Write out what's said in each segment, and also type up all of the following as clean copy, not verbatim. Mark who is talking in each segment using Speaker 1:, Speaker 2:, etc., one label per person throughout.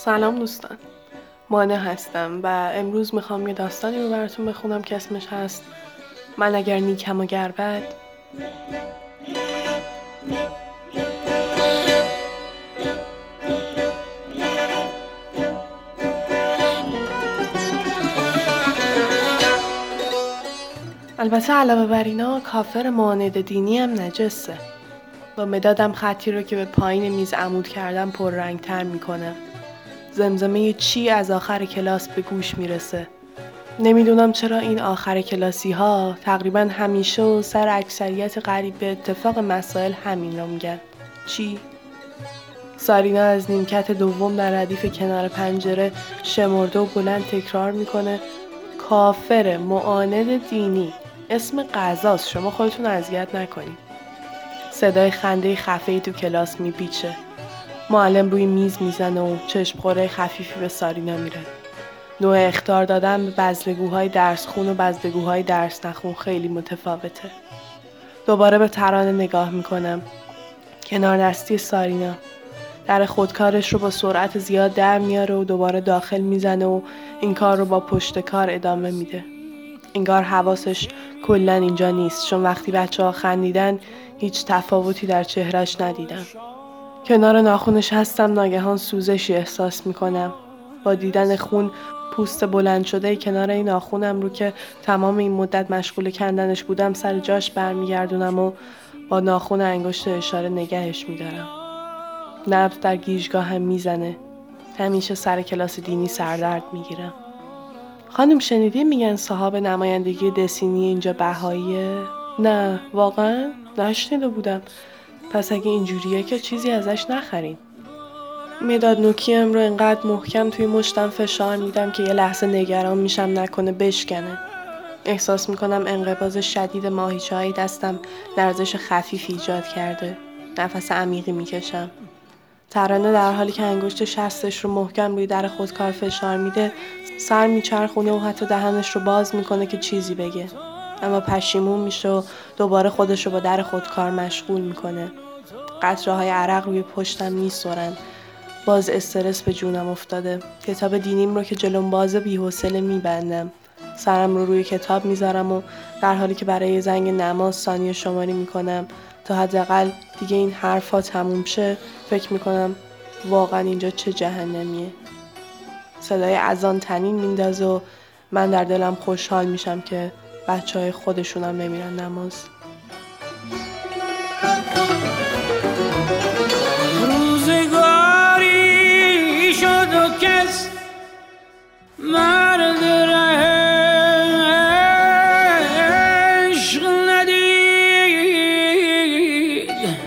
Speaker 1: سلام دوستان، مانع هستم و امروز میخوام یه داستانی رو براتون بخونم که اسمش هست من اگر نیکم و گر بد. البته علاوه بر اینا کافر معاند دینی هم نجسه. با مدادم خطی رو که به پایین میز عمود کردم پررنگ تر میکنه. زمزمه چی از آخر کلاس به گوش میرسه. نمیدونم چرا این آخر کلاسی ها تقریبا همیشه و سر اکثریت قریب به اتفاق مسائل همین رو میگن. چی؟ سارینا از نیمکت دوم در ردیف کنار پنجره شمرده و بلند تکرار میکنه کافر معاند دینی، اسم غذاست، شما خودتون اذیت نکنید. صدای خنده خفه‌ای تو کلاس میپیچه. معلم روی میز میزنه و چشم خوره خفیفی به سارینا میره. نوع اخطار دادن به بزلگوهای درس خون و بزلگوهای درس نخون خیلی متفاوته. دوباره به ترانه نگاه میکنم. کنار دستی سارینا. در خودکارش رو با سرعت زیاد در میاره و دوباره داخل میزنه و این کار رو با پشت کار ادامه میده. انگار حواسش کلاً اینجا نیست، چون وقتی بچه‌ها خندیدن هیچ تفاوتی در چهرش ندیدم. کنار ناخنش هستم، ناگهان سوزشی احساس میکنم. با دیدن خون پوست بلند شده کنار این ناخنم رو که تمام این مدت مشغول کندنش بودم سر جاش برمیگردونم و با ناخن انگشت اشاره نگهش میدارم. نبض در گیجگاهم میزنه. همیشه سر کلاس دینی سردرد میگیرم. خانم شنیدین میگن صاحب نمایندگی دسینی اینجا بهاییه؟ نه واقعا نشنیده بودم. پس اگه اینجوریه که چیزی ازش نخرین. مداد نوکیم رو انقدر محکم توی مشتم فشار میدم که یه لحظه نگران میشم نکنه بشکنه. احساس میکنم انقباض شدید ماهیچه‌های دستم لرزش خفیفی ایجاد کرده. نفس عمیقی میکشم. ترانه در حالی که انگشت شستش رو محکم روی در خودکار فشار میده سر میچرخونه و حتی دهنش رو باز میکنه که چیزی بگه، اما پشیمون میشه و دوباره خودش رو با در خودکار مشغول میکنه. قطره‌های عرق روی پشتم میسرن. باز استرس به جونم افتاده. کتاب دینیم رو که جلوم بازه بی‌حوصله میبندم. سرم رو روی کتاب میذارم و در حالی که برای زنگ نماز ثانیه شماری میکنم تا حداقل دیگه این حرفا تموم شه، فکر میکنم واقعا اینجا چه جهنمیه. صدای اذان طنین میندازه و من در دلم خوشحال میشم که بچهای خودشونم نمیرن نماز.
Speaker 2: روزگاری شد و کس مرد عشق ندید.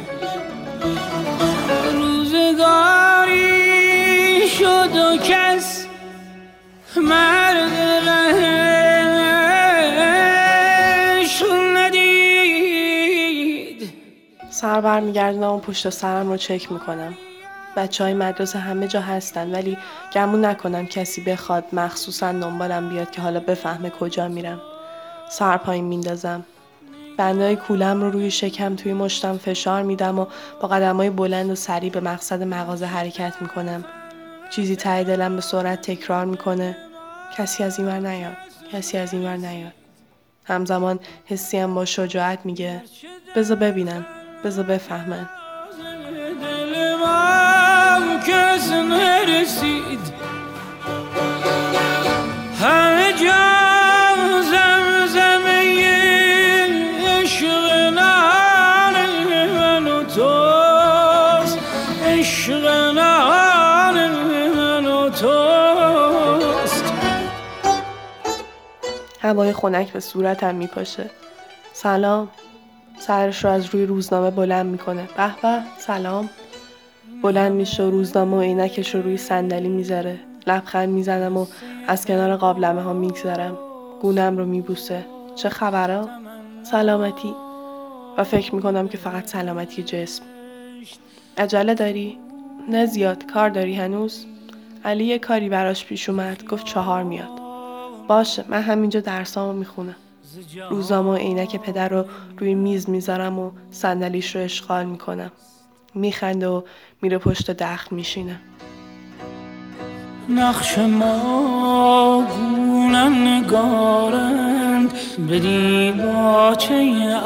Speaker 2: روزگاری شد و کس مرد عشق ندید.
Speaker 1: سر برمیگردونم و پشت سرم رو چک میکنم. بچهای مدرسه همه جا هستن ولی گمون نکنم کسی بخواد مخصوصا دنبالم بیاد که حالا بفهمه کجا میرم. سر پایین میندازم. بندهای کولم رو روی شکم توی مشتم فشار میدم و با قدمای بلند و سریع به مقصد مغازه حرکت میکنم. چیزی ته دلم به سرعت تکرار میکنه کسی از این ور نیاد، کسی از این ور نیاد. همزمان حسیم با شجاعت میگه بذار ببینن، بذار بفهمن.
Speaker 2: کس نرسید همه جا زمزمه عشق نهان من و توست، عشق نهان من و توست.
Speaker 1: هوای خنک به صورتم میپاشه. سلام. سرش رو از روی روزنامه بلند میکنه. به به، سلام. بلند میشه و روزنامه و عینکش رو روی صندلی میذاره. لبخند میزنم و از کنار قابلمه ها میگذرم. گونم رو میبوسه. چه خبرها؟ سلامتی. و فکر میکنم که فقط سلامتی جسم. عجله داری؟ نه زیاد. کار داری هنوز؟ علی یه کاری براش پیش اومد. گفت 4 میاد. باشه، من همینجا درسامو میخونم. روزنامه و عینک پدر رو روی میز میذارم و صندلیش رو اشغال میکنم. میخنده و میره پشت دخل میشینه.
Speaker 2: نقش ما گونه نگارند به دیباچه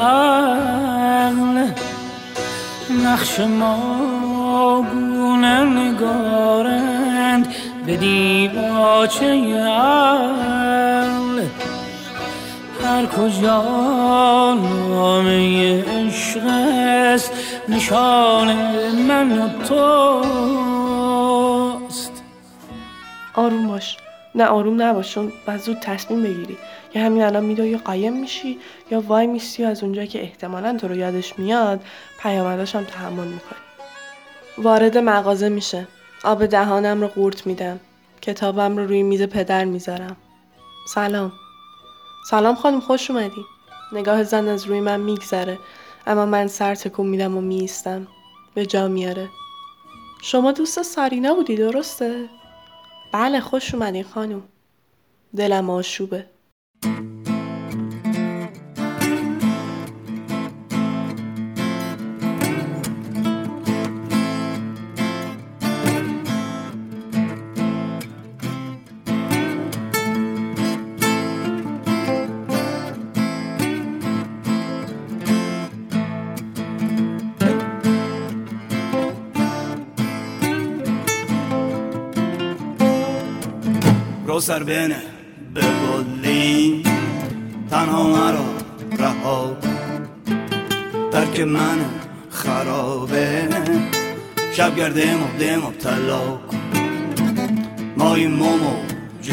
Speaker 2: عقل، نقش ما گونه نگارند به دیباچه عقل. هر کجا نامه عشق است نشان من و توست.
Speaker 1: آروم باش. نه آروم نباش، چون باید زود تصمیم بگیری. یا همین الان میدوی قایم میشی یا وای میستی و از اونجایی که احتمالاً تو رو یادش میاد پیامداش هم تحمل میکنی. وارد مغازه میشه. آب دهانم رو قورت میدم. کتابم رو روی میز پدر میذارم. سلام. سلام خانم، خوش اومدی. نگاه زن از روی من میگذره، اما من سر تکون میدم و میایستم. به جا میاره. شما دوست سارینا بودی درسته؟ بله خوش اومدین خانم. دلم آشوبه.
Speaker 3: رو سر بینه به بولی تنها مرا رها، درک من خرابه شب گرده مبده مبتلا کن. مای موج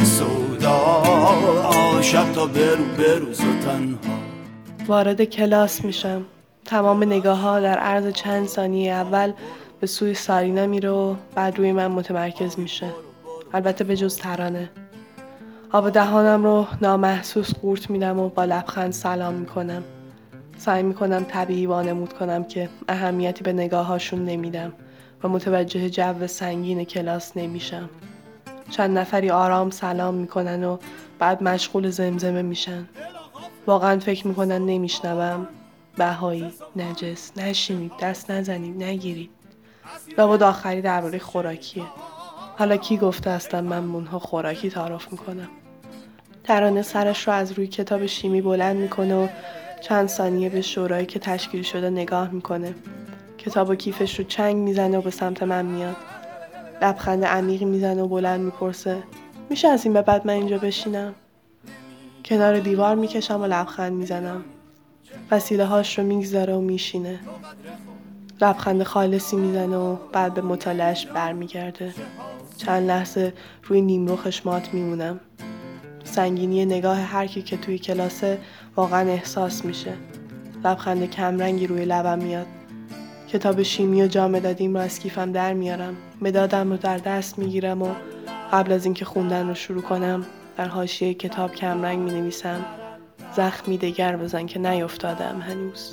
Speaker 3: سودا شب تا بروز و تنها.
Speaker 1: وارد کلاس میشم. تمام نگاه ها در عرض چند ثانیه اول به سوی سارینا میره و بعد روی من متمرکز میشه. البته به جز ترانه. آب دهانم رو نامحسوس قورت میدم و با لبخند سلام میکنم. سعی میکنم طبیعی وانمود کنم که اهمیتی به نگاهاشون نمیدم و متوجه جو سنگین کلاس نمیشم. چند نفری آرام سلام میکنن و بعد مشغول زمزمه میشن. واقعا فکر میکنن نمیشنوم. بهایی، نجس، نشینید، دست نزنید، نگیرید. لابد آخری درباره خوراکیه. حالا کی گفته هستم من مونها خوراکی تعارف میکنم؟ ترانه سرش رو از روی کتاب شیمی بلند میکنه و چند ثانیه به شورایی که تشکیل شده نگاه میکنه. کتاب و کیفش رو چنگ میزنه و به سمت من میاد. لبخند عمیقی میزنه و بلند میپرسه میشه از این به بعد من اینجا بشینم؟ کنار دیوار میکشم و لبخند میزنم. وسیله هاش رو میگذاره و میشینه. لبخند خالصی میزنه و بعد به مطالعهش برمیگرده. چند لحظه روی نیمرخش مات میمونم. سنگینی نگاه هر کی که توی کلاسه واقعا احساس میشه. لبخند کمرنگی روی لبم میاد. کتاب شیمی و جام مدادیم رو از کیفم در میارم. مدادم رو در دست میگیرم و قبل از اینکه خوندن رو شروع کنم در حاشیه کتاب کمرنگ می نویسم زخمی دگر بزن که نیفتادم هنوز.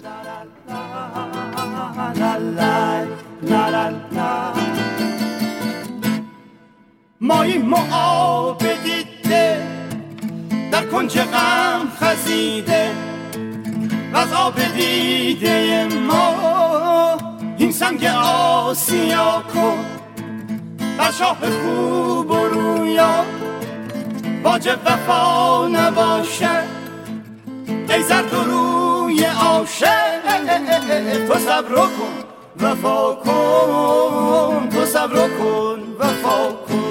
Speaker 3: مایی معاب دیده در کنج غم خزیده و از آب دیده ما این سنگ آسیا کن بر شاه خوب و رویا واجب وفا نباشه ای زرد و روی عاشق تو صبر کن وفا کن تو صبر کن وفا کن